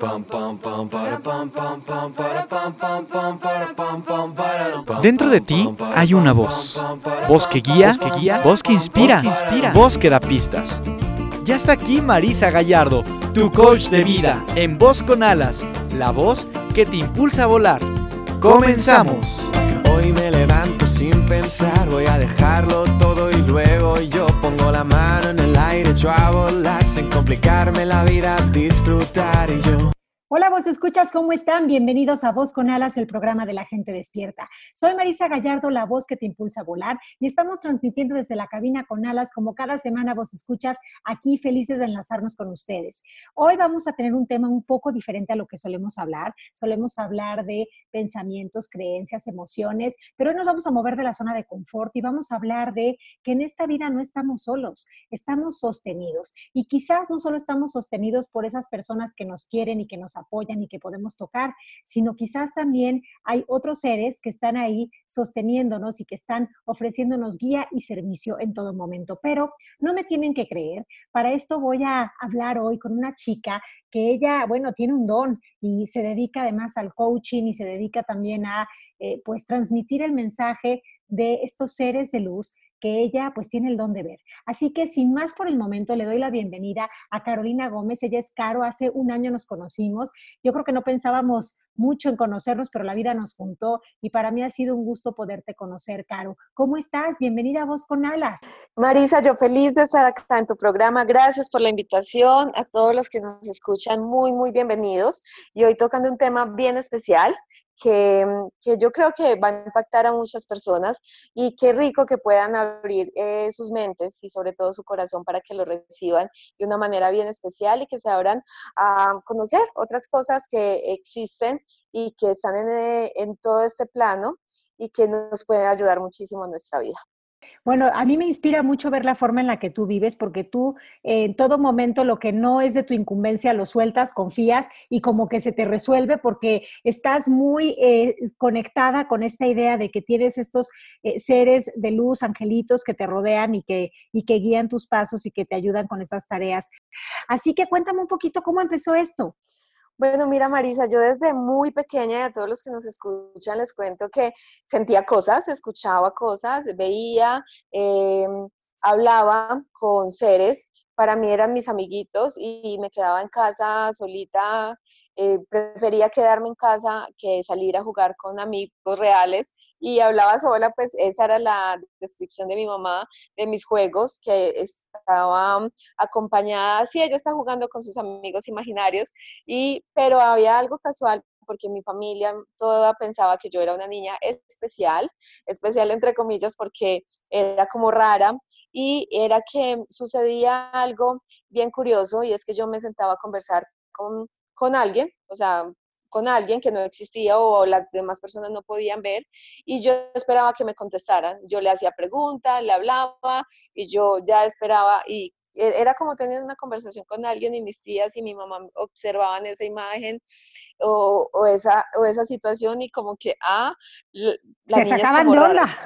Dentro de ti hay una voz. Voz que guía, voz que inspira, voz que da pistas. Ya está aquí Marisa Gallardo, tu coach de vida, en Voz con Alas, la voz que te impulsa a volar. ¡Comenzamos! Hoy me levanto sin pensar, voy a dejarlo todo y luego yo pongo la mano en el aire, echo a volar sin complicarme la vida, disfrutar y yo. Hola, vos escuchas, ¿cómo están? Bienvenidos a Voz con Alas, el programa de la gente despierta. Soy Marisa Gallardo, la voz que te impulsa a volar, y estamos transmitiendo desde la cabina con alas, como cada semana vos escuchas, aquí felices de enlazarnos con ustedes. Hoy vamos a tener un tema un poco diferente a lo que solemos hablar. Solemos hablar de pensamientos, creencias, emociones, pero hoy nos vamos a mover de la zona de confort y vamos a hablar de que en esta vida no estamos solos, estamos sostenidos. Y quizás no solo estamos sostenidos por esas personas que nos quieren y que nos apoyan y que podemos tocar, sino quizás también hay otros seres que están ahí sosteniéndonos y que están ofreciéndonos guía y servicio en todo momento. Pero no me tienen que creer. Para esto voy a hablar hoy con una chica que ella, bueno, tiene un don y se dedica además al coaching y se dedica también a, pues, transmitir el mensaje de estos seres de luz que ella pues tiene el don de ver. Así que sin más por el momento le doy la bienvenida a Carolina Gómez. Ella es Caro, hace un año nos conocimos. Yo creo que no pensábamos mucho en conocernos, pero la vida nos juntó y para mí ha sido un gusto poderte conocer, Caro. ¿Cómo estás? Bienvenida a Voz con Alas. Marisa, yo feliz de estar acá en tu programa. Gracias por la invitación. A todos los que nos escuchan, muy, muy bienvenidos. Y hoy tocando un tema bien especial que yo creo que va a impactar a muchas personas y qué rico que puedan abrir sus mentes y sobre todo su corazón para que lo reciban de una manera bien especial y que se abran a conocer otras cosas que existen y que están en todo este plano y que nos pueden ayudar muchísimo en nuestra vida. Bueno, a mí me inspira mucho ver la forma en la que tú vives, porque tú en todo momento lo que no es de tu incumbencia lo sueltas, confías y como que se te resuelve porque estás muy conectada con esta idea de que tienes estos seres de luz, angelitos que te rodean y que guían tus pasos y que te ayudan con esas tareas. Así que cuéntame un poquito cómo empezó esto. Bueno, mira Marisa, yo desde muy pequeña y a todos los que nos escuchan les cuento que sentía cosas, escuchaba cosas, veía, eh, hablaba con seres, para mí eran mis amiguitos y me quedaba en casa solita, prefería quedarme en casa que salir a jugar con amigos reales y hablaba sola, pues esa era la descripción de mi mamá de mis juegos, que estaba acompañada, sí, ella está jugando con sus amigos imaginarios pero había algo casual porque mi familia toda pensaba que yo era una niña especial, especial entre comillas porque era como rara y era que sucedía algo bien curioso y es que yo me sentaba a conversar con alguien, o sea, con alguien que no existía o las demás personas no podían ver y yo esperaba que me contestaran, yo le hacía preguntas, le hablaba y yo ya esperaba y era como tener una conversación con alguien y mis tías y mi mamá observaban esa imagen o esa situación y como que, la Se niña es sacaban como de rara. onda.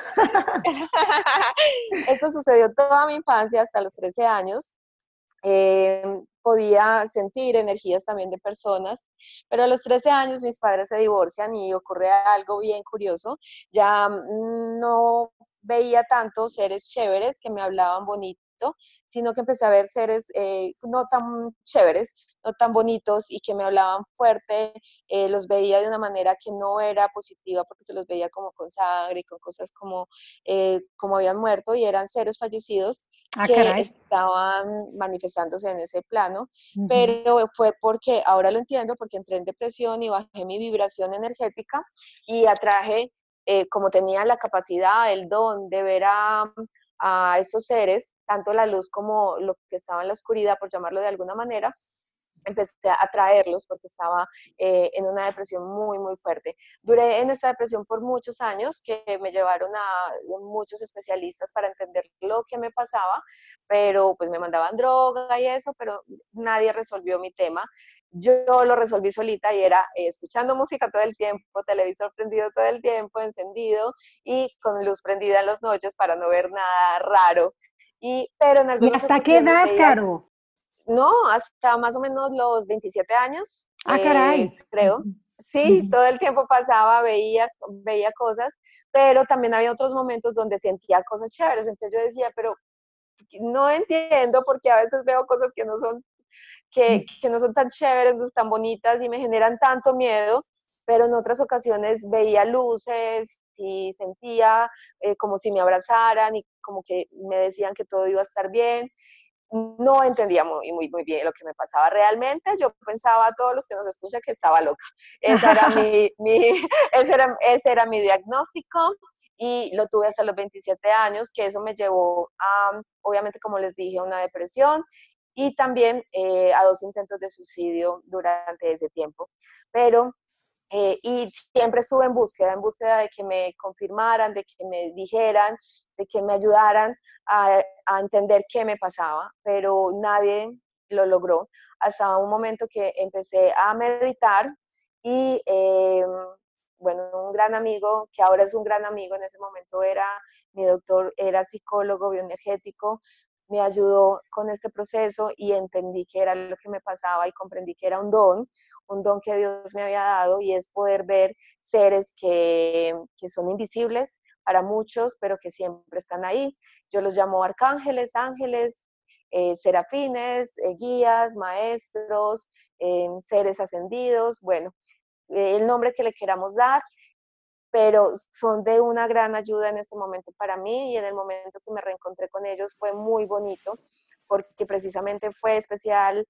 Esto sucedió toda mi infancia hasta los 13 años. Podía sentir energías también de personas, pero a los 13 años mis padres se divorcian y ocurre algo bien curioso. Ya no veía tanto seres chéveres que me hablaban bonito, sino que empecé a ver seres no tan chéveres, no tan bonitos y que me hablaban fuerte, los veía de una manera que no era positiva porque los veía como con sangre y con cosas como habían muerto y eran seres fallecidos Ah, que caray. estaban manifestándose en ese plano, Uh-huh. pero fue porque, ahora lo entiendo, porque entré en depresión y bajé mi vibración energética y atraje, como tenía la capacidad, el don de ver a esos seres, tanto la luz como lo que estaba en la oscuridad, por llamarlo de alguna manera, empecé a traerlos porque estaba en una depresión muy, muy fuerte. Duré en esta depresión por muchos años que me llevaron a muchos especialistas para entender lo que me pasaba, pero pues me mandaban droga y eso, pero nadie resolvió mi tema. Yo lo resolví solita y era escuchando música todo el tiempo, televisor prendido todo el tiempo, encendido y con luz prendida en las noches para no ver nada raro. Pero en ¿Y algunas hasta qué ocasiones edad, veía. Caro? No, hasta más o menos los 27 años. Ah, caray. creo. Sí, todo el tiempo pasaba, veía cosas, pero también había otros momentos donde sentía cosas chéveres. Entonces yo decía, pero no entiendo porque a veces veo cosas que no son tan chéveres, no tan bonitas y me generan tanto miedo, pero en otras ocasiones veía luces y sentía como si me abrazaran y como que me decían que todo iba a estar bien. No entendía muy bien lo que me pasaba realmente. Yo pensaba a todos los que nos escuchan que estaba loca. Esa era ese era mi diagnóstico y lo tuve hasta los 27 años, que eso me llevó a, obviamente, como les dije, a una depresión y también a 2 intentos de suicidio durante ese tiempo. Pero y siempre estuve en búsqueda de que me confirmaran, de que me dijeran, de que me ayudaran a entender qué me pasaba, pero nadie lo logró. Hasta un momento que empecé a meditar y, bueno, un gran amigo, que ahora es un gran amigo, en ese momento era mi doctor, era psicólogo bioenergético, me ayudó con este proceso y entendí qué era lo que me pasaba y comprendí que era un don que Dios me había dado y es poder ver seres que son invisibles para muchos, pero que siempre están ahí. Yo los llamo arcángeles, ángeles, serafines, guías, maestros, seres ascendidos, bueno, el nombre que le queramos dar, pero son de una gran ayuda en ese momento para mí y en el momento que me reencontré con ellos fue muy bonito porque precisamente fue especial,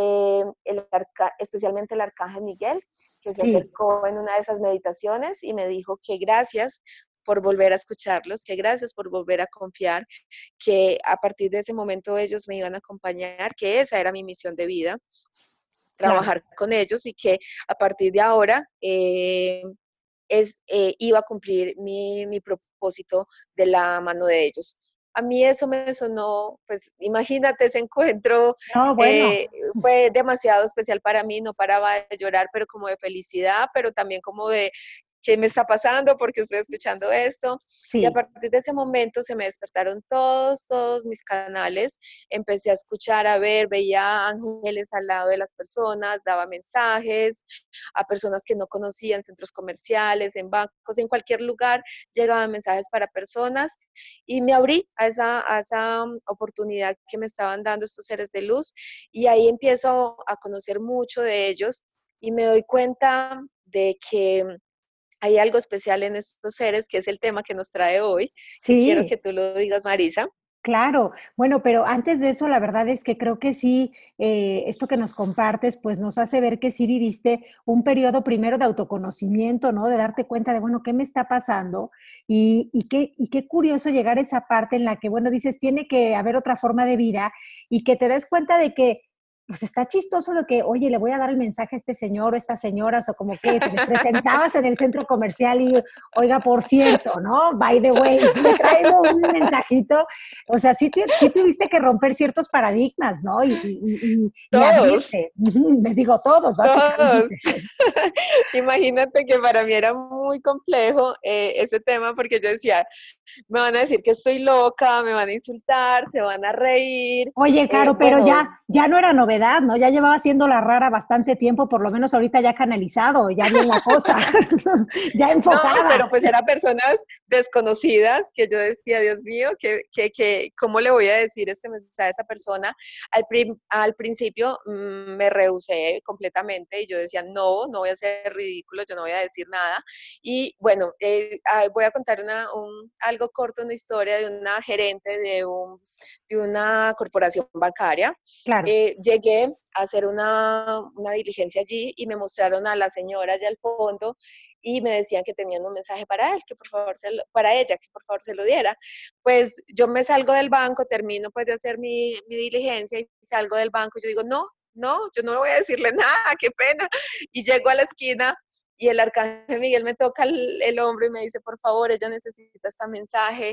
especialmente el arcángel Miguel, que se Sí. acercó en una de esas meditaciones y me dijo que gracias por volver a escucharlos, que gracias por volver a confiar, que a partir de ese momento ellos me iban a acompañar, que esa era mi misión de vida, Claro. trabajar con ellos y que a partir de ahora iba a cumplir mi propósito de la mano de ellos. A mí eso me sonó, pues imagínate ese encuentro, No, bueno. fue demasiado especial para mí, no paraba de llorar, pero como de felicidad, pero también como de qué me está pasando, porque estoy escuchando esto. Y a Sí. partir de ese momento se me despertaron todos mis canales, empecé a escuchar, a ver, veía ángeles al lado de las personas, daba mensajes a personas que no conocían, centros comerciales, en bancos, en cualquier lugar, llegaban mensajes para personas y me abrí a esa oportunidad que me estaban dando estos seres de luz y ahí empiezo a conocer mucho de ellos y me doy cuenta de que hay algo especial en estos seres, que es el tema que nos trae hoy, y quiero Sí. que tú lo digas, Marisa. Claro, bueno, pero antes de eso, la verdad es que creo que sí, esto que nos compartes, pues nos hace ver que sí viviste un periodo primero de autoconocimiento, ¿no? De darte cuenta de, bueno, ¿qué me está pasando? Y qué curioso llegar a esa parte en la que, bueno, dices, tiene que haber otra forma de vida y que te des cuenta de que, pues está chistoso lo que, oye, le voy a dar el mensaje a este señor o estas señoras, o como que te les presentabas en el centro comercial y, oiga, por cierto, ¿no? By the way, le traigo un mensajito. O sea, sí tuviste que romper ciertos paradigmas, ¿no? Y Todos, abrirte. Me digo todos, todos. básicamente. Imagínate que para mí era muy complejo ese tema porque yo decía, me van a decir que estoy loca, me van a insultar, se van a reír. Oye, Caro, pero Bueno, ya no era novedad, ¿no? Ya llevaba siendo la rara bastante tiempo, por lo menos ahorita ya canalizado, ya bien la cosa, ya no, enfocada. pero pues eran personas desconocidas que yo decía, Dios mío, ¿cómo le voy a decir este mensaje a esta persona? Al principio me rehusé completamente y yo decía, no voy a ser ridículo, yo no voy a decir nada. Y bueno, voy a contar algo corto, una historia de una gerente de una corporación bancaria. Claro. Llegué a hacer una diligencia allí y me mostraron a la señora allá al fondo y me decían que tenían un mensaje para él, que por favor para ella, que por favor se lo diera. Pues yo me salgo del banco, termino pues de hacer mi diligencia y salgo del banco y yo digo, no, yo no voy a decirle nada, qué pena. Y llego a la esquina y el arcángel Miguel me toca el hombro y me dice, por favor, ella necesita este mensaje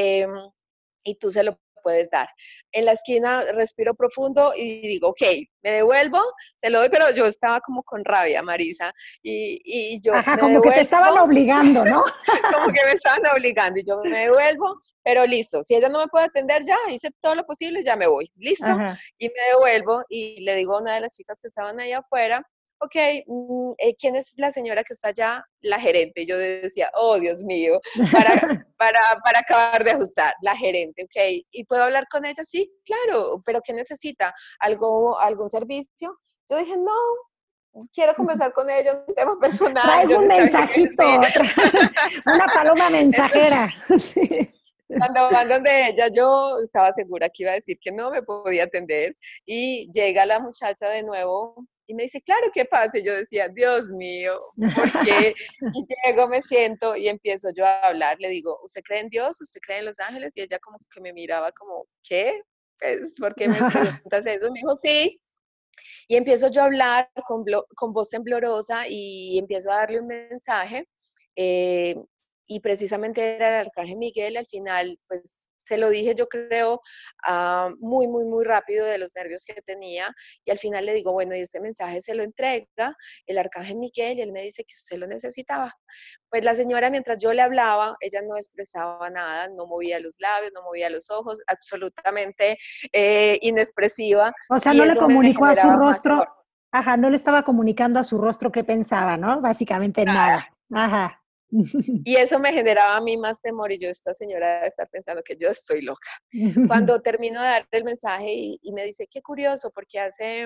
y tú se lo puedes dar. En la esquina respiro profundo y digo, ok, me devuelvo, se lo doy, pero yo estaba como con rabia, Marisa, y yo Ajá, me como que te estaban devuelvo, obligando, ¿no? como que me estaban obligando, y yo me devuelvo, pero listo, si ella no me puede atender ya, hice todo lo posible, ya me voy, listo, Ajá. y me devuelvo y le digo a una de las chicas que estaban ahí afuera, ok, ¿quién es la señora que está allá? La gerente. Yo decía, oh, Dios mío, para acabar de ajustar, la gerente, ok. ¿Y puedo hablar con ella? Sí, claro, pero ¿qué necesita? ¿Algún servicio? Yo dije, no, quiero conversar con ella, un tema personal, Traigo yo un no sabía qué mensajito, decir. una paloma Entonces, mensajera. Sí. cuando van donde ella, yo estaba segura que iba a decir que no me podía atender y llega la muchacha de nuevo y me dice, claro, ¿qué pasa? Y yo decía, Dios mío, ¿por qué? Y llego, me siento y empiezo yo a hablar. Le digo, ¿usted cree en Dios? ¿Usted cree en los ángeles? Y ella como que me miraba como, ¿qué? Pues, ¿por qué me preguntas eso? Me dijo, sí. Y empiezo yo a hablar con voz temblorosa y empiezo a darle un mensaje. eh, y precisamente era el arcángel Miguel. Al final, pues se lo dije, yo creo, muy, muy, muy rápido de los nervios que tenía. Y al final le digo, bueno, y este mensaje se lo entrega el arcángel Miguel y él me dice que usted lo necesitaba. Pues la señora, mientras yo le hablaba, ella no expresaba nada, no movía los labios, no movía los ojos, absolutamente inexpresiva, O sea, y no le eso me comunicó a su generaba más rostro, temor. ajá, no le estaba comunicando a su rostro qué pensaba, ¿no? Básicamente nada. Ajá. Y eso me generaba a mí más temor y yo, esta señora debe estar pensando que yo estoy loca. Cuando termino de dar el mensaje y me dice, qué curioso, porque hace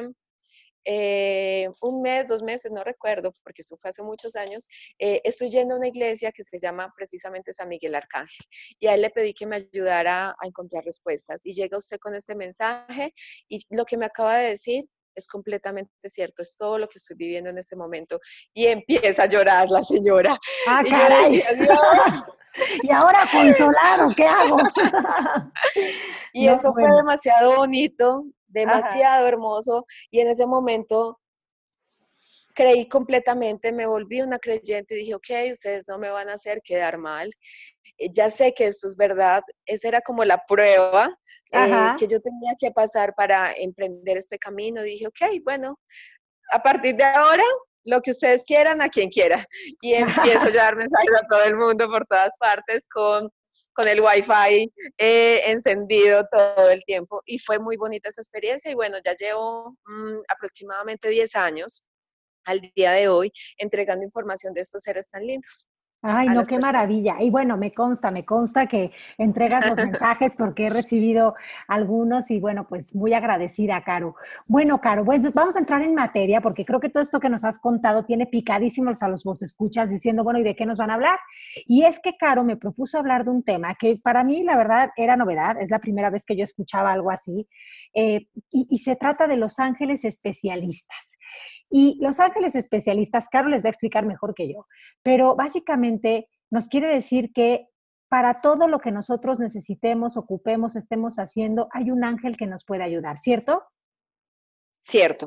un mes, 2 meses, no recuerdo, porque eso fue hace muchos años, estoy yendo a una iglesia que se llama precisamente San Miguel Arcángel. Y a él le pedí que me ayudara a encontrar respuestas. Y llega usted con este mensaje y lo que me acaba de decir es completamente cierto, es todo lo que estoy viviendo en este momento. Y empieza a llorar la señora. Ah, Y yo caray. decía, Dios. ¿Y ahora consolar o qué hago? Y No, eso fue bueno. demasiado bonito, Ajá. demasiado hermoso. Y en ese momento creí completamente, me volví una creyente y dije, ok, ustedes no me van a hacer quedar mal. Ya sé que esto es verdad. Esa era como la prueba que Ajá. yo tenía que pasar para emprender este camino. Dije, ok, bueno, a partir de ahora, lo que ustedes quieran, a quien quiera. Y empiezo ya a dar mensajes a todo el mundo por todas partes con el wifi encendido todo el tiempo. Y fue muy bonita esa experiencia. Y bueno, ya llevo aproximadamente 10 años al día de hoy entregando información de estos seres tan lindos Ay, a no, las qué personas. maravilla. Y bueno, me consta que entregas los mensajes porque he recibido algunos y bueno, pues muy agradecida, Caro. Bueno, Caro, bueno, vamos a entrar en materia porque creo que todo esto que nos has contado tiene picadísimos a los vos escuchas diciendo, bueno, ¿y de qué nos van a hablar? Y es que Caro me propuso hablar de un tema que para mí, la verdad, era novedad. Es la primera vez que yo escuchaba algo así. Y se trata de los ángeles especialistas. Y los ángeles especialistas, Caro les va a explicar mejor que yo, pero básicamente nos quiere decir que para todo lo que nosotros necesitemos, ocupemos, estemos haciendo, hay un ángel que nos puede ayudar, ¿cierto? Cierto.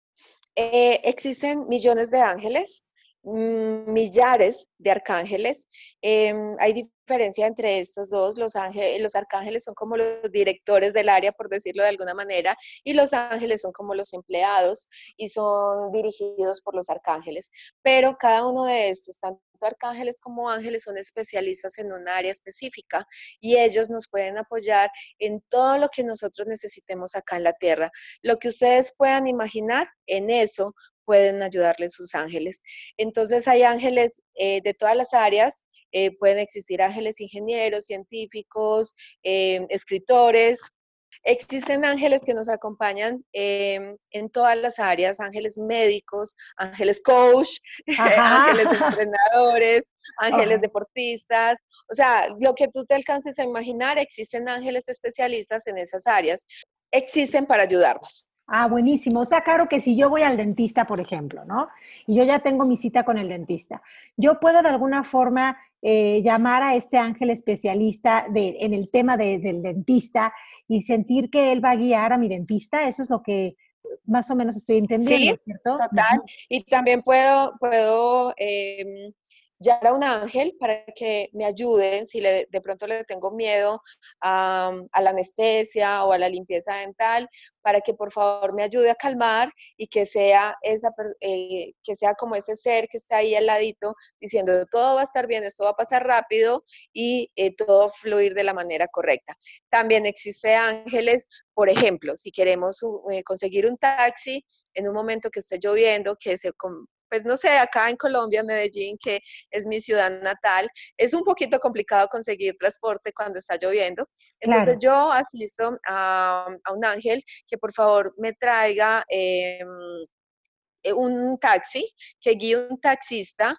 Existen millones de ángeles, millares de arcángeles. Hay diferencia entre estos dos. Los arcángeles son como los directores del área, por decirlo de alguna manera, y los ángeles son como los empleados y son dirigidos por los arcángeles. Pero cada uno de estos, tanto arcángeles como ángeles, son especialistas en un área específica y ellos nos pueden apoyar en todo lo que nosotros necesitemos acá en la tierra. Lo que ustedes puedan imaginar, en eso pueden ayudarles sus ángeles. Entonces hay ángeles de todas las áreas, pueden existir ángeles ingenieros, científicos, escritores. Existen ángeles que nos acompañan en todas las áreas, ángeles médicos, ángeles coach, ángeles Ajá. entrenadores, ángeles Ajá. deportistas. O sea, lo que tú te alcances a imaginar, existen ángeles especialistas en esas áreas. Existen para ayudarnos. Ah, buenísimo. O sea, claro que si yo voy al dentista, por ejemplo, ¿no? Y yo ya tengo mi cita con el dentista, yo puedo de alguna forma llamar a este ángel especialista en el tema del dentista y sentir que él va a guiar a mi dentista. Eso es lo que más o menos estoy Sí, entendiendo, ¿cierto? total. Y también puedo llamar a un ángel para que me ayuden si de pronto le tengo miedo a la anestesia o a la limpieza dental, para que por favor me ayude a calmar y que sea, que sea como ese ser que está ahí al ladito diciendo todo va a estar bien, esto va a pasar rápido y todo fluir de la manera correcta. También existe ángeles, por ejemplo, si queremos conseguir un taxi en un momento que esté lloviendo, pues no sé, acá en Colombia, Medellín, que es mi ciudad natal, es un poquito complicado conseguir transporte cuando está lloviendo. Entonces Claro. yo asisto a un ángel que por favor me traiga un taxi, que guíe un taxista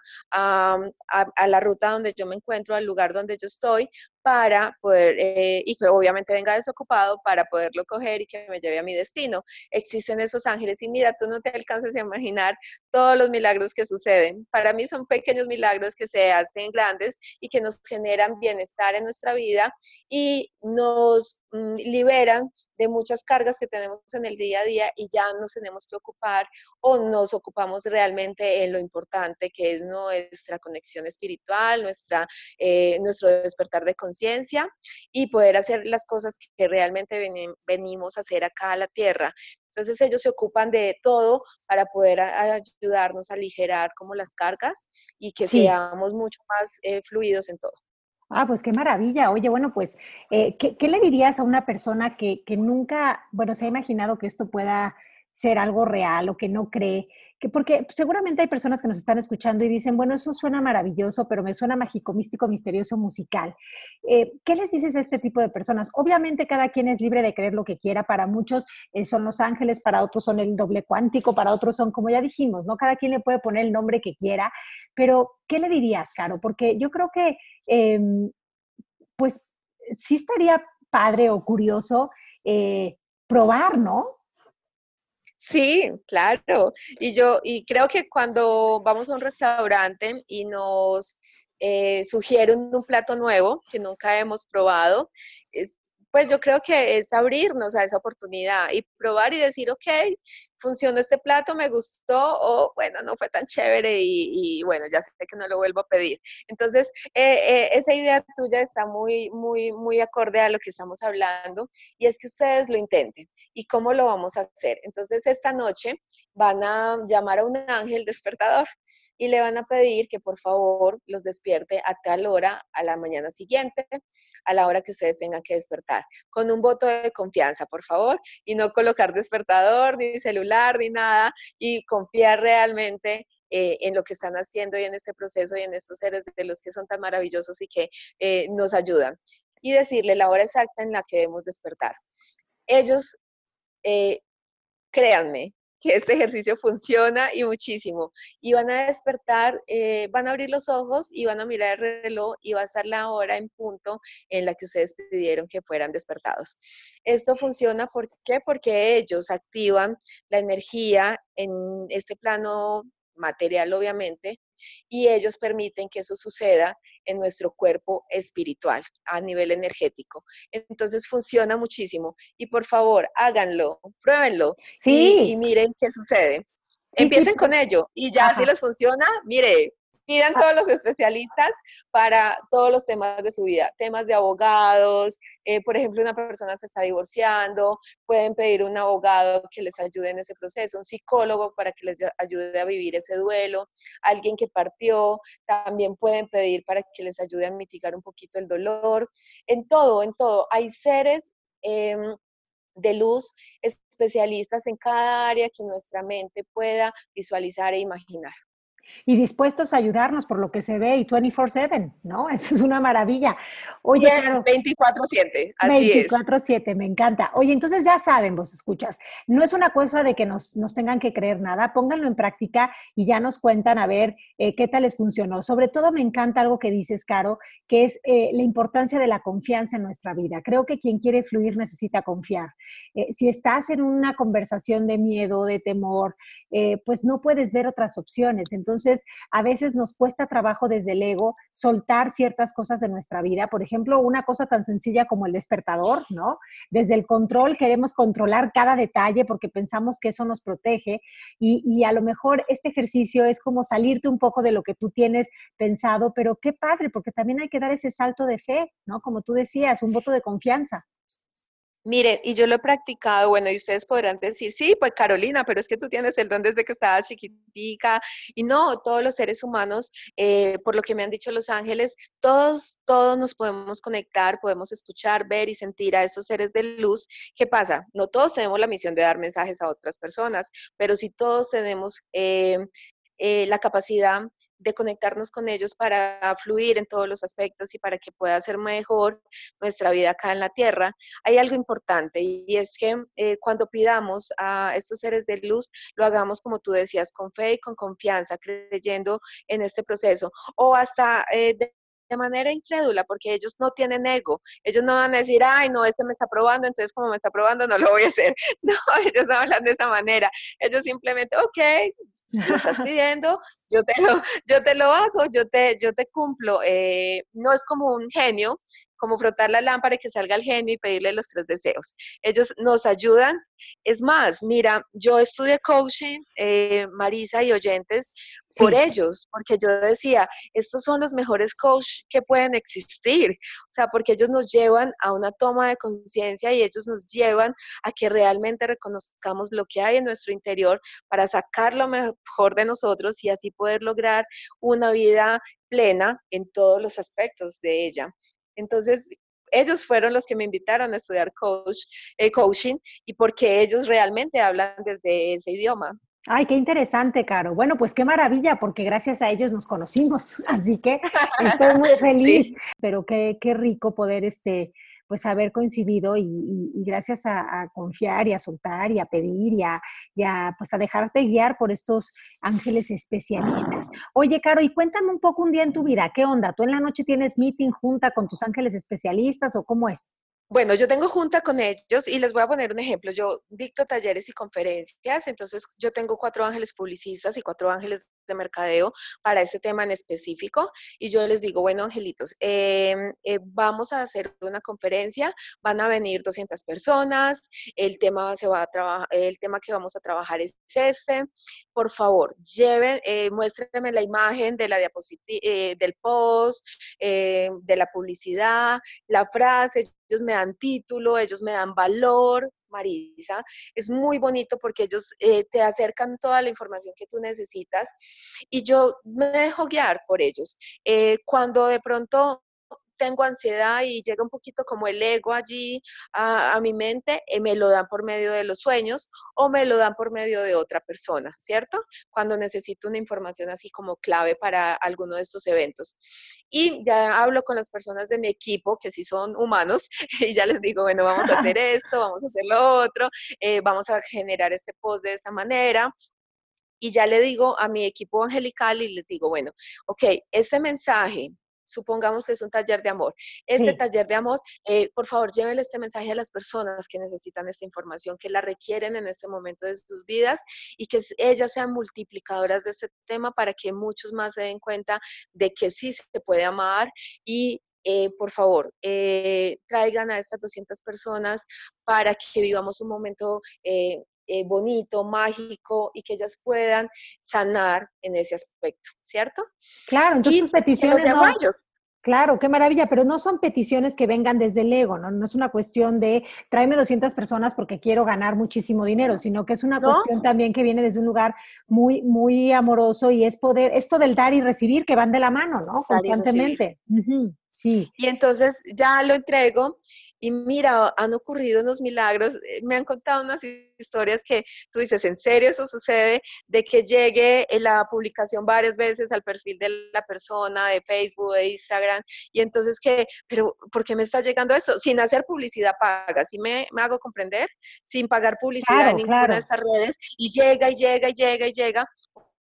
a la ruta donde yo me encuentro, al lugar donde yo estoy, para poder, y que obviamente venga desocupado para poderlo coger y que me lleve a mi destino. Existen esos ángeles y mira, tú no te alcanzas a imaginar todos los milagros que suceden. Para mí son pequeños milagros que se hacen grandes y que nos generan bienestar en nuestra vida y nos liberan de muchas cargas que tenemos en el día a día y ya nos tenemos que ocupar o nos ocupamos realmente en lo importante que es nuestra conexión espiritual, nuestro despertar de conciencia y poder hacer las cosas que realmente venimos a hacer acá a la tierra. Entonces ellos se ocupan de todo para poder ayudarnos a aligerar como las cargas y que Sí. seamos mucho más fluidos en todo. Ah, pues qué maravilla. Oye, bueno, pues, ¿qué le dirías a una persona que nunca, bueno, se ha imaginado que esto pueda ser algo real o que no cree? Porque seguramente hay personas que nos están escuchando y dicen, bueno, eso suena maravilloso, pero me suena mágico, místico, misterioso, musical. ¿Qué les dices a este tipo de personas? Obviamente cada quien es libre de creer lo que quiera. Para muchos son los ángeles, para otros son el doble cuántico, para otros son, como ya dijimos, ¿no? Cada quien le puede poner el nombre que quiera. Pero, ¿qué le dirías, Caro? Porque yo creo que eh, pues sí estaría padre o curioso probar, ¿no? Sí, claro. Y creo que cuando vamos a un restaurante y nos sugieren un plato nuevo que nunca hemos probado, pues yo creo que es abrirnos a esa oportunidad y probar y decir, ok, funcionó este plato, me gustó, o bueno, no fue tan chévere y bueno, ya sé que no lo vuelvo a pedir. Entonces, esa idea tuya está muy, muy, muy acorde a lo que estamos hablando y es que ustedes lo intenten. ¿Y cómo lo vamos a hacer? Entonces, esta noche van a llamar a un ángel despertador y le van a pedir que por favor los despierte a tal hora a la mañana siguiente, a la hora que ustedes tengan que despertar, con un voto de confianza, por favor, y no colocar despertador, ni celular, ni nada, y confiar realmente en lo que están haciendo y en este proceso y en estos seres de los que son tan maravillosos y que nos ayudan. Y decirle la hora exacta en la que debemos despertar. Ellos eh, créanme que este ejercicio funciona y muchísimo. Y van a despertar, van a abrir los ojos y van a mirar el reloj y va a ser la hora en punto en la que ustedes pidieron que fueran despertados. Esto funciona, ¿por qué? Porque ellos activan la energía en este plano material, obviamente, y ellos permiten que eso suceda en nuestro cuerpo espiritual, a nivel energético. Entonces funciona muchísimo y por favor háganlo, pruébenlo y Sí, miren qué sucede. sí, sí. Empiecen con ello y ya si Ajá. les funciona, mire, pidan Ah, todos los especialistas para todos los temas de su vida, temas de abogados, por ejemplo, una persona se está divorciando, pueden pedir un abogado que les ayude en ese proceso, un psicólogo para que les ayude a vivir ese duelo, alguien que partió, también pueden pedir para que les ayude a mitigar un poquito el dolor, en todo, en todo. Hay seres de luz especialistas en cada área que nuestra mente pueda visualizar e imaginar. y dispuestos a ayudarnos por lo que se ve y 24/7, ¿no? Eso es una maravilla. Oye, Bien, Caro, 24/7, así es. 24/7, me encanta. Oye, entonces ya saben, vos escuchas, no es una cosa de que nos tengan que creer nada, pónganlo en práctica y ya nos cuentan a ver qué tal les funcionó. Sobre todo me encanta algo que dices, Caro, que es la importancia de la confianza en nuestra vida. Creo que quien quiere fluir necesita confiar. Si estás en una conversación de miedo, de temor, pues no puedes ver otras opciones. Entonces, entonces a veces nos cuesta trabajo desde el ego soltar ciertas cosas de nuestra vida. Por ejemplo, una cosa tan sencilla como el despertador, ¿no? Desde el control queremos controlar cada detalle porque pensamos que eso nos protege y a lo mejor este ejercicio es como salirte un poco de lo que tú tienes pensado, pero qué padre, porque también hay que dar ese salto de fe, ¿no? Como tú decías, un voto de confianza. Miren, y yo lo he practicado, bueno, y ustedes podrán decir, sí, pues Carolina, pero es que tú tienes el don desde que estabas chiquitica, y no, todos los seres humanos, por lo que me han dicho los ángeles, todos nos podemos conectar, podemos escuchar, ver y sentir a esos seres de luz. ¿Qué pasa? No todos tenemos la misión de dar mensajes a otras personas, pero sí todos tenemos la capacidad de conectarnos con ellos para fluir en todos los aspectos y para que pueda ser mejor nuestra vida acá en la tierra. Hay algo importante y es que cuando pidamos a estos seres de luz, lo hagamos como tú decías, con fe y con confianza, creyendo en este proceso o hasta de manera incrédula, porque ellos no tienen ego, ellos no van a decir, ay, no, este me está probando, entonces como me está probando no lo voy a hacer. No, ellos no hablan de esa manera, ellos simplemente, ok, lo estás pidiendo, yo te lo hago, yo te cumplo. No es como un genio, como frotar la lámpara y que salga el genio y pedirle los 3 deseos. Ellos nos ayudan. Es más, mira, yo estudié coaching, Marisa y oyentes, por Sí. ellos, porque yo decía, estos son los mejores coaches que pueden existir, o sea, porque ellos nos llevan a una toma de conciencia y ellos nos llevan a que realmente reconozcamos lo que hay en nuestro interior para sacar lo mejor de nosotros y así poder lograr una vida plena en todos los aspectos de ella. Entonces, ellos fueron los que me invitaron a estudiar coaching y porque ellos realmente hablan desde ese idioma. Ay, qué interesante, Caro. Bueno, pues qué maravilla, porque gracias a ellos nos conocimos, así que estoy muy feliz, Sí. pero qué rico poder, pues haber coincidido y gracias a confiar y a soltar y a pedir pues a dejarte guiar por estos ángeles especialistas. Oye, Caro, y cuéntame un poco un día en tu vida, ¿qué onda? ¿Tú en la noche tienes meeting, junta con tus ángeles especialistas o cómo es? Bueno, yo tengo junta con ellos y les voy a poner un ejemplo. Yo dicto talleres y conferencias, entonces yo tengo 4 ángeles publicistas y 4 ángeles de mercadeo para ese tema en específico y yo les digo, bueno, angelitos, vamos a hacer una conferencia, van a venir 200 personas, el tema que vamos a trabajar es este, por favor, muéstrenme la imagen de la diapositiva, del post, de la publicidad, la frase, ellos me dan título, ellos me dan valor, Marisa, es muy bonito porque ellos te acercan toda la información que tú necesitas y yo me dejo guiar por ellos. Cuando de pronto tengo ansiedad y llega un poquito como el ego allí a mi mente, me lo dan por medio de los sueños o me lo dan por medio de otra persona, ¿cierto? Cuando necesito una información así como clave para alguno de estos eventos. Y ya hablo con las personas de mi equipo, que sí son humanos, y ya les digo, bueno, vamos a hacer esto, vamos a hacer lo otro, vamos a generar este post de esta manera, y ya le digo a mi equipo angelical y les digo, bueno, ok, este mensaje, supongamos que es un taller de amor, este Sí. taller de amor, por favor, llévenle este mensaje a las personas que necesitan esta información, que la requieren en este momento de sus vidas y que ellas sean multiplicadoras de este tema para que muchos más se den cuenta de que sí se puede amar y por favor, traigan a estas 200 personas para que vivamos un momento bonito, mágico y que ellas puedan sanar en ese aspecto, ¿cierto? Claro, entonces tus Y se los peticiones dejo a no, ellos. claro, qué maravilla, pero no son peticiones que vengan desde el ego, ¿no? No es una cuestión de tráeme 200 personas porque quiero ganar muchísimo dinero, sino que es una ¿No? cuestión también que viene desde un lugar muy amoroso y es poder, esto del dar y recibir que van de la mano, ¿no? Dar y recibir. Constantemente. Ujú, sí. Y entonces ya lo entrego y mira, han ocurrido unos milagros, me han contado unas historias que tú dices, ¿en serio eso sucede? De que llegue la publicación varias veces al perfil de la persona, de Facebook, de Instagram, y entonces que, pero ¿por qué me está llegando esto? Sin hacer publicidad paga, ¿sí me hago comprender? Sin pagar publicidad en Claro, ninguna de claro. estas redes, y llega, y llega, y llega, y llega,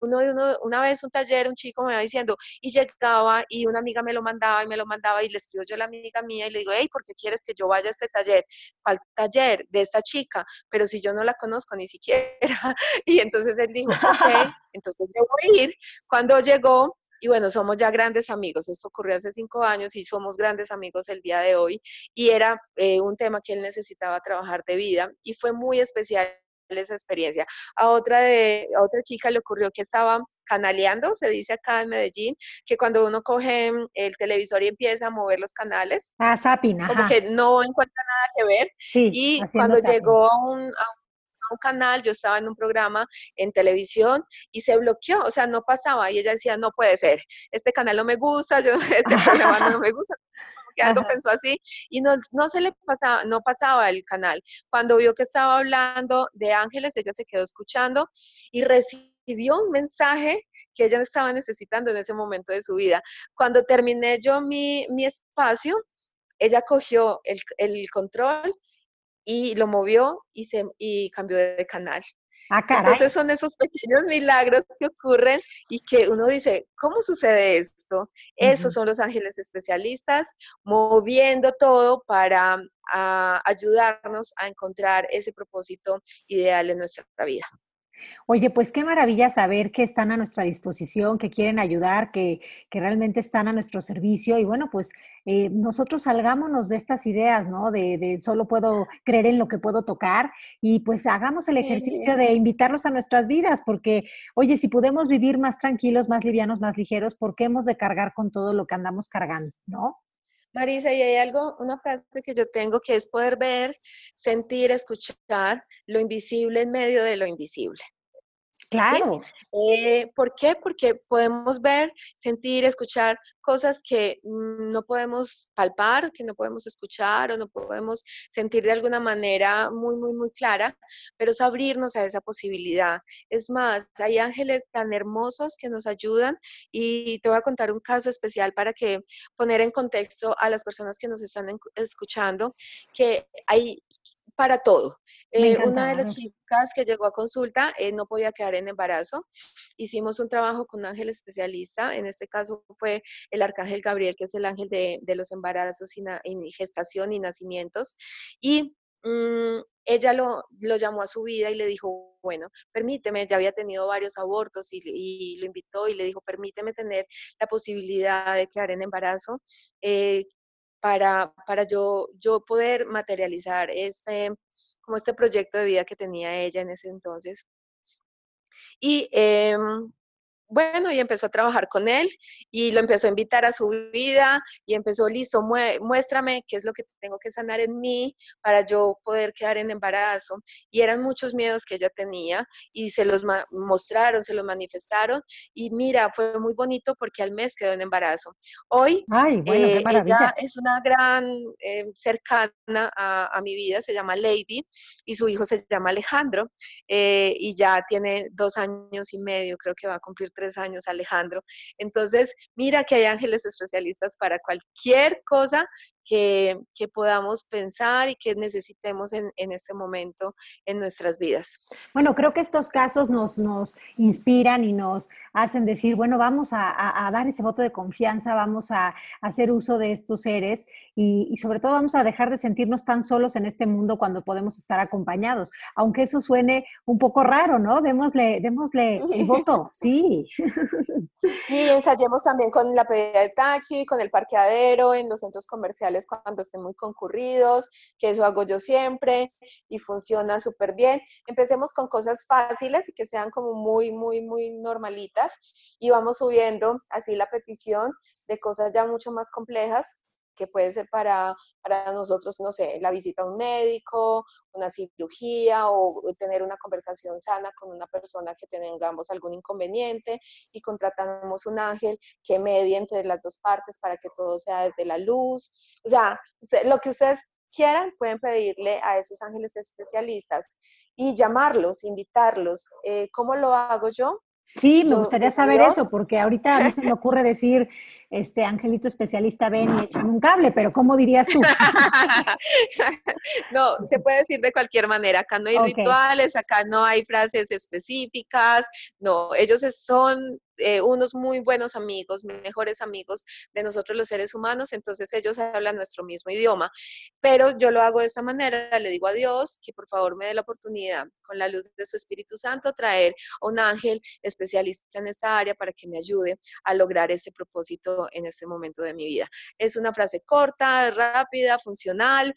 una vez un taller, un chico me va diciendo, y llegaba y una amiga me lo mandaba y me lo mandaba y le escribo yo a la amiga mía y le digo, hey, ¿por qué quieres que yo vaya a este taller? ¿Cuál taller? De esta chica, pero si yo no la conozco ni siquiera. Y entonces él dijo, ok, entonces yo voy a ir. Cuando llegó, y bueno, somos ya grandes amigos, esto ocurrió hace 5 años y somos grandes amigos el día de hoy, y era un tema que él necesitaba trabajar de vida, y fue muy especial esa experiencia. A otra chica le ocurrió que estaba canaleando, se dice acá en Medellín, que cuando uno coge el televisor y empieza a mover los canales, Ah, zapping, como ajá. que no encuentra nada que ver, Sí, y haciendo cuando zapping. llegó a un canal, yo estaba en un programa en televisión y se bloqueó, o sea, no pasaba, y ella decía, no puede ser, este canal no me gusta, este programa no me gusta, como que algo Ajá. pensó así, y no se le pasaba, no pasaba el canal. Cuando vio que estaba hablando de ángeles, ella se quedó escuchando y recibió un mensaje que ella estaba necesitando en ese momento de su vida. Cuando terminé yo mi espacio, ella cogió el control y lo movió y cambió de canal. Ah, Entonces caray. son esos pequeños milagros que ocurren y que uno dice, ¿cómo sucede esto? Esos Ujú. son los ángeles especialistas moviendo todo para ayudarnos a encontrar ese propósito ideal en nuestra vida. Oye, pues qué maravilla saber que están a nuestra disposición, que quieren ayudar, que realmente están a nuestro servicio. Y bueno, pues nosotros salgámonos de estas ideas, ¿no? De solo puedo creer en lo que puedo tocar y pues hagamos el ejercicio Sí. de invitarlos a nuestras vidas, porque, oye, si podemos vivir más tranquilos, más livianos, más ligeros, ¿por qué hemos de cargar con todo lo que andamos cargando, ¿no? Marisa, y hay algo, una frase que yo tengo que es poder ver, sentir, escuchar lo invisible en medio de lo invisible. ¿Sí? Claro. ¿Por qué? Porque podemos ver, sentir, escuchar cosas que no podemos palpar, que no podemos escuchar o no podemos sentir de alguna manera muy, muy, muy clara, pero es abrirnos a esa posibilidad. Es más, hay ángeles tan hermosos que nos ayudan y te voy a contar un caso especial para que poner en contexto a las personas que nos están escuchando, que hay para todo. Me Una encanta. de A las ver. chicas que llegó a consulta no podía quedar en embarazo. Hicimos un trabajo con un ángel especialista. En este caso fue el arcángel Gabriel, que es el ángel de los embarazos y gestación y nacimientos. Y ella lo llamó a su vida y le dijo, bueno, permíteme, ya había tenido varios abortos y lo invitó y le dijo, permíteme tener la posibilidad de quedar en embarazo. eh, para yo poder materializar como este proyecto de vida que tenía ella en ese entonces. Y bueno, y empezó a trabajar con él y lo empezó a invitar a su vida y empezó, listo, muéstrame qué es lo que tengo que sanar en mí para yo poder quedar en embarazo. Y eran muchos miedos que ella tenía y se los mostraron, se los manifestaron y mira, fue muy bonito porque al mes quedó en embarazo. Hoy Ay, bueno, qué ella maravilla. es una gran cercana a mi vida, se llama Lady y su hijo se llama Alejandro y ya tiene 2 años y medio, creo que va a cumplir 3 años Alejandro. Entonces, mira que hay ángeles especialistas para cualquier cosa que podamos pensar y que necesitemos en este momento en nuestras vidas. Bueno, creo que estos casos nos inspiran y nos hacen decir, bueno, vamos a dar ese voto de confianza, vamos a hacer uso de estos seres y sobre todo vamos a dejar de sentirnos tan solos en este mundo cuando podemos estar acompañados, aunque eso suene un poco raro, ¿no? Démosle el Sí. voto, sí. Y ensayemos también con la pedida de taxi, con el parqueadero, en los centros comerciales cuando estén muy concurridos, que eso hago yo siempre y funciona súper bien. Empecemos con cosas fáciles y que sean como muy, muy, muy normalitas y vamos subiendo así la petición de cosas ya mucho más complejas que puede ser para nosotros, no sé, la visita a un médico, una cirugía o tener una conversación sana con una persona que tengamos algún inconveniente y contratamos un ángel que medie entre las dos partes para que todo sea desde la luz. O sea, lo que ustedes quieran, pueden pedirle a esos ángeles especialistas y llamarlos, invitarlos. ¿Cómo lo hago yo? Sí, me gustaría saber eso, porque ahorita a mí se me ocurre decir, angelito especialista, ven y échame un cable, pero ¿cómo dirías tú? No, se puede decir de cualquier manera. Acá no hay rituales, acá no hay frases específicas. No, ellos son unos muy buenos amigos, mejores amigos de nosotros los seres humanos, entonces ellos hablan nuestro mismo idioma. Pero yo lo hago de esta manera, le digo a Dios que por favor me dé la oportunidad, con la luz de su Espíritu Santo, traer a un ángel especialista en esta área para que me ayude a lograr este propósito en este momento de mi vida. Es una frase corta, rápida, funcional,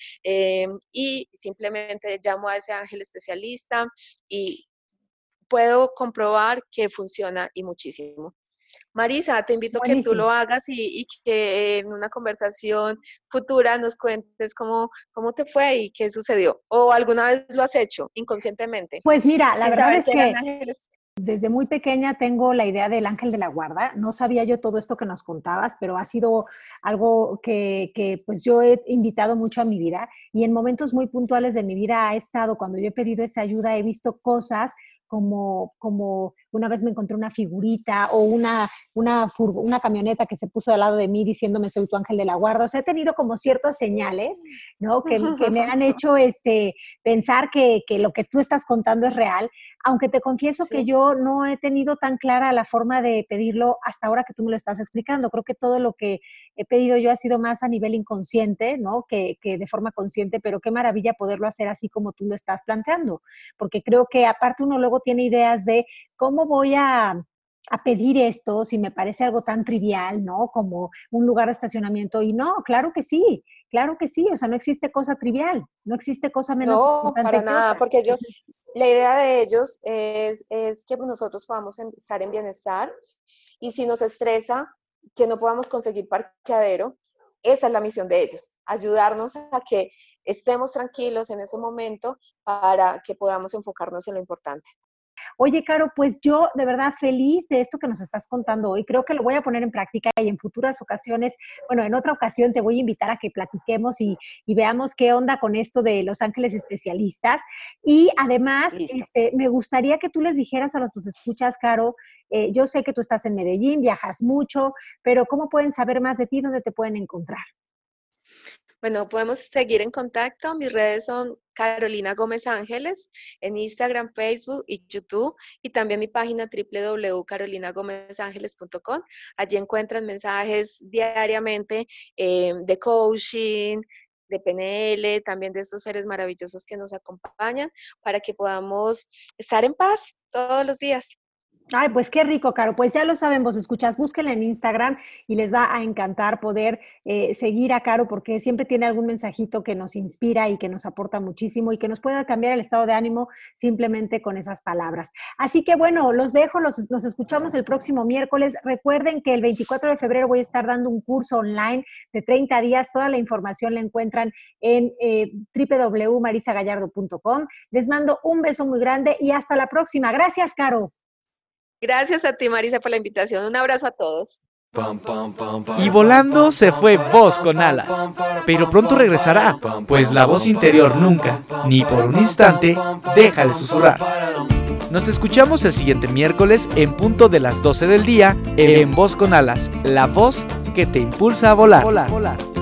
y simplemente llamo a ese ángel especialista y puedo comprobar que funciona y muchísimo. Marisa, te invito a que tú lo hagas y que en una conversación futura nos cuentes cómo te fue y qué sucedió. ¿O alguna vez lo has hecho inconscientemente? Pues mira, la verdad es que desde muy pequeña tengo la idea del ángel de la guarda. No sabía yo todo esto que nos contabas, pero ha sido algo que pues yo he invitado mucho a mi vida, y en momentos muy puntuales de mi vida ha estado, cuando yo he pedido esa ayuda, he visto cosas como una vez me encontré una figurita o una camioneta que se puso al lado de mí diciéndome soy tu ángel de la guarda. O sea, he tenido como ciertas señales, ¿no? que me han hecho pensar que lo que tú estás contando es real, aunque te confieso que yo no he tenido tan clara la forma de pedirlo hasta ahora que tú me lo estás explicando. Creo que todo lo que he pedido yo ha sido más a nivel inconsciente, ¿no? que de forma consciente, pero qué maravilla poderlo hacer así como tú lo estás planteando, porque creo que aparte uno luego tiene ideas de cómo voy a pedir esto si me parece algo tan trivial, ¿no? Como un lugar de estacionamiento. Y no, claro que sí, o sea, no existe cosa trivial, no existe cosa menos importante. No, para nada, porque la idea de ellos es que nosotros podamos estar en bienestar, y si nos estresa que no podamos conseguir parqueadero, esa es la misión de ellos, ayudarnos a que estemos tranquilos en ese momento para que podamos enfocarnos en lo importante. Oye, Caro, pues yo de verdad feliz de esto que nos estás contando hoy. Creo que lo voy a poner en práctica y en futuras ocasiones, bueno, en otra ocasión te voy a invitar a que platiquemos y veamos qué onda con esto de los ángeles especialistas. Y además, me gustaría que tú les dijeras a los que escuchas, Caro, yo sé que tú estás en Medellín, viajas mucho, pero ¿cómo pueden saber más de ti? ¿Dónde te pueden encontrar? Bueno, podemos seguir en contacto. Mis redes son Carolina Gómez Ángeles en Instagram, Facebook y YouTube, y también mi página www.carolinagomezangeles.com. Allí encuentran mensajes diariamente de coaching, de PNL, también de estos seres maravillosos que nos acompañan para que podamos estar en paz todos los días. Ay, pues qué rico, Caro. Pues ya lo saben, vos escuchas, búsquenla en Instagram y les va a encantar poder seguir a Caro, porque siempre tiene algún mensajito que nos inspira y que nos aporta muchísimo y que nos puede cambiar el estado de ánimo simplemente con esas palabras. Así que bueno, los dejo, nos escuchamos el próximo miércoles. Recuerden que el 24 de febrero voy a estar dando un curso online de 30 días. Toda la información la encuentran en www.marisagallardo.com. Les mando un beso muy grande y hasta la próxima. Gracias, Caro. Gracias a ti, Marisa, por la invitación. Un abrazo a todos. Y volando se fue Voz con Alas, pero pronto regresará, pues la voz interior nunca, ni por un instante, deja de susurrar. Nos escuchamos el siguiente miércoles en punto de las 12 del día en Voz con Alas, la voz que te impulsa a volar.